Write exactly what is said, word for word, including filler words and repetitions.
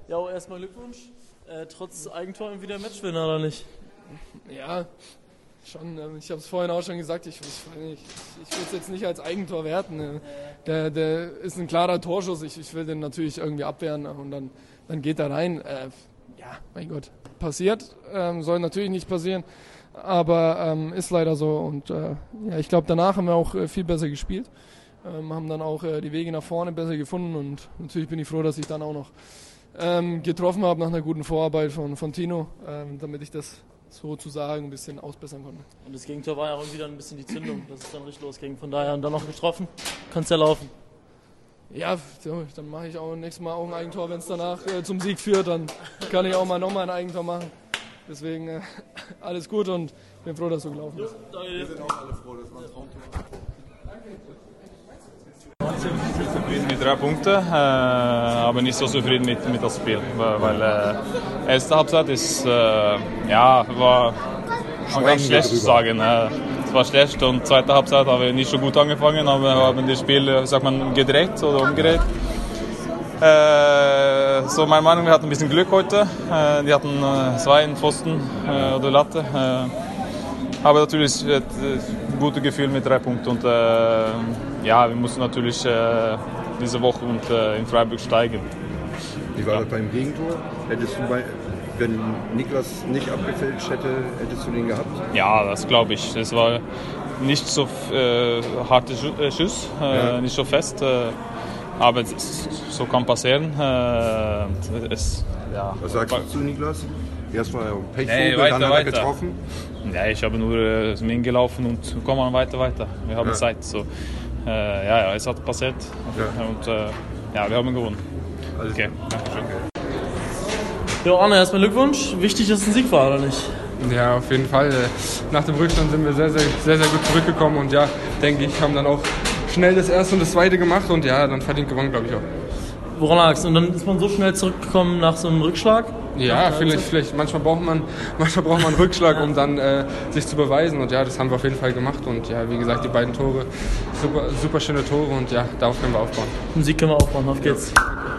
Ja, erstmal Glückwunsch. Äh, trotz Eigentor wieder Matchwinner, oder nicht? Ja, schon. Ähm, ich habe es vorhin auch schon gesagt, ich, ich, ich, ich will es jetzt nicht als Eigentor werten. Äh, der, der ist ein klarer Torschuss. Ich, ich will den natürlich irgendwie abwehren und dann, dann geht er rein. Äh, ja, mein Gott, passiert. Ähm, soll natürlich nicht passieren, aber ähm, ist leider so. Und äh, ja, ich glaube, danach haben wir auch äh, viel besser gespielt. Ähm, haben dann auch äh, die Wege nach vorne besser gefunden und natürlich bin ich froh, dass ich dann auch noch ähm, getroffen habe nach einer guten Vorarbeit von, von Tino, ähm, damit ich das sozusagen ein bisschen ausbessern konnte. Und das Gegentor war ja auch wieder ein bisschen die Zündung, dass es dann richtig losging. Von daher dann noch getroffen, kannst ja laufen. Ja, so, dann mache ich auch nächstes Mal auch ein Eigentor, wenn es danach äh, zum Sieg führt, dann kann ich auch mal nochmal ein Eigentor machen. Deswegen äh, alles gut und bin froh, dass du gelaufen bist. Wir sind auch alle froh, dass man es Traumtor. Zufrieden mit drei Punkten, äh, aber nicht so zufrieden mit, mit das Spiel, weil äh, erste Halbzeit ist, äh, ja, war man kann schlecht sagen. Äh, es war schlecht und zweite Halbzeit haben wir nicht so gut angefangen, aber wir haben das Spiel, sagt man, gedreht oder umgedreht. Äh, so meine Meinung, wir hatten ein bisschen Glück heute. Äh, die hatten äh, zwei in Pfosten äh, oder Latte. Äh, aber natürlich ein äh, gutes Gefühl mit drei Punkten und äh, ja, wir mussten natürlich äh, diese Woche und, äh, in Freiburg steigen. Wie war das beim Gegentor? Hättest du bei, wenn Niklas nicht abgefälscht hätte, hättest du den gehabt? Ja, das glaube ich. Es war nicht so äh, harte Schuss, äh, ja. Nicht so fest. Äh, aber es, so kann passieren. Äh, es, ja. Was sagst du zu Niklas? Erst war er Pechvogel, nee, weiter, dann hat er weiter. getroffen. Ja, ich habe nur äh, min gelaufen und komm mal weiter, weiter. Wir haben ja. Zeit. So. Äh, ja, ja, es hat passiert ja. Und äh, ja, wir haben gewonnen. Alles okay. okay. Ja, Arne, erstmal Glückwunsch. Wichtig, dass es ein Sieg war, oder nicht? Ja, auf jeden Fall. Nach dem Rückstand sind wir sehr, sehr, sehr, sehr gut zurückgekommen und ja, denke ich, haben dann auch schnell das erste und das zweite gemacht und ja, dann verdient gewonnen, glaube ich auch. Woran lag's? Und dann ist man so schnell zurückgekommen nach so einem Rückschlag? Ja, vielleicht, vielleicht. Manchmal braucht man, manchmal braucht man einen Rückschlag, um dann äh, sich zu beweisen. Und ja, das haben wir auf jeden Fall gemacht. Und ja, wie gesagt, die beiden Tore, super, super schöne Tore. Und ja, darauf können wir aufbauen. Den Sieg können wir aufbauen. Auf geht's.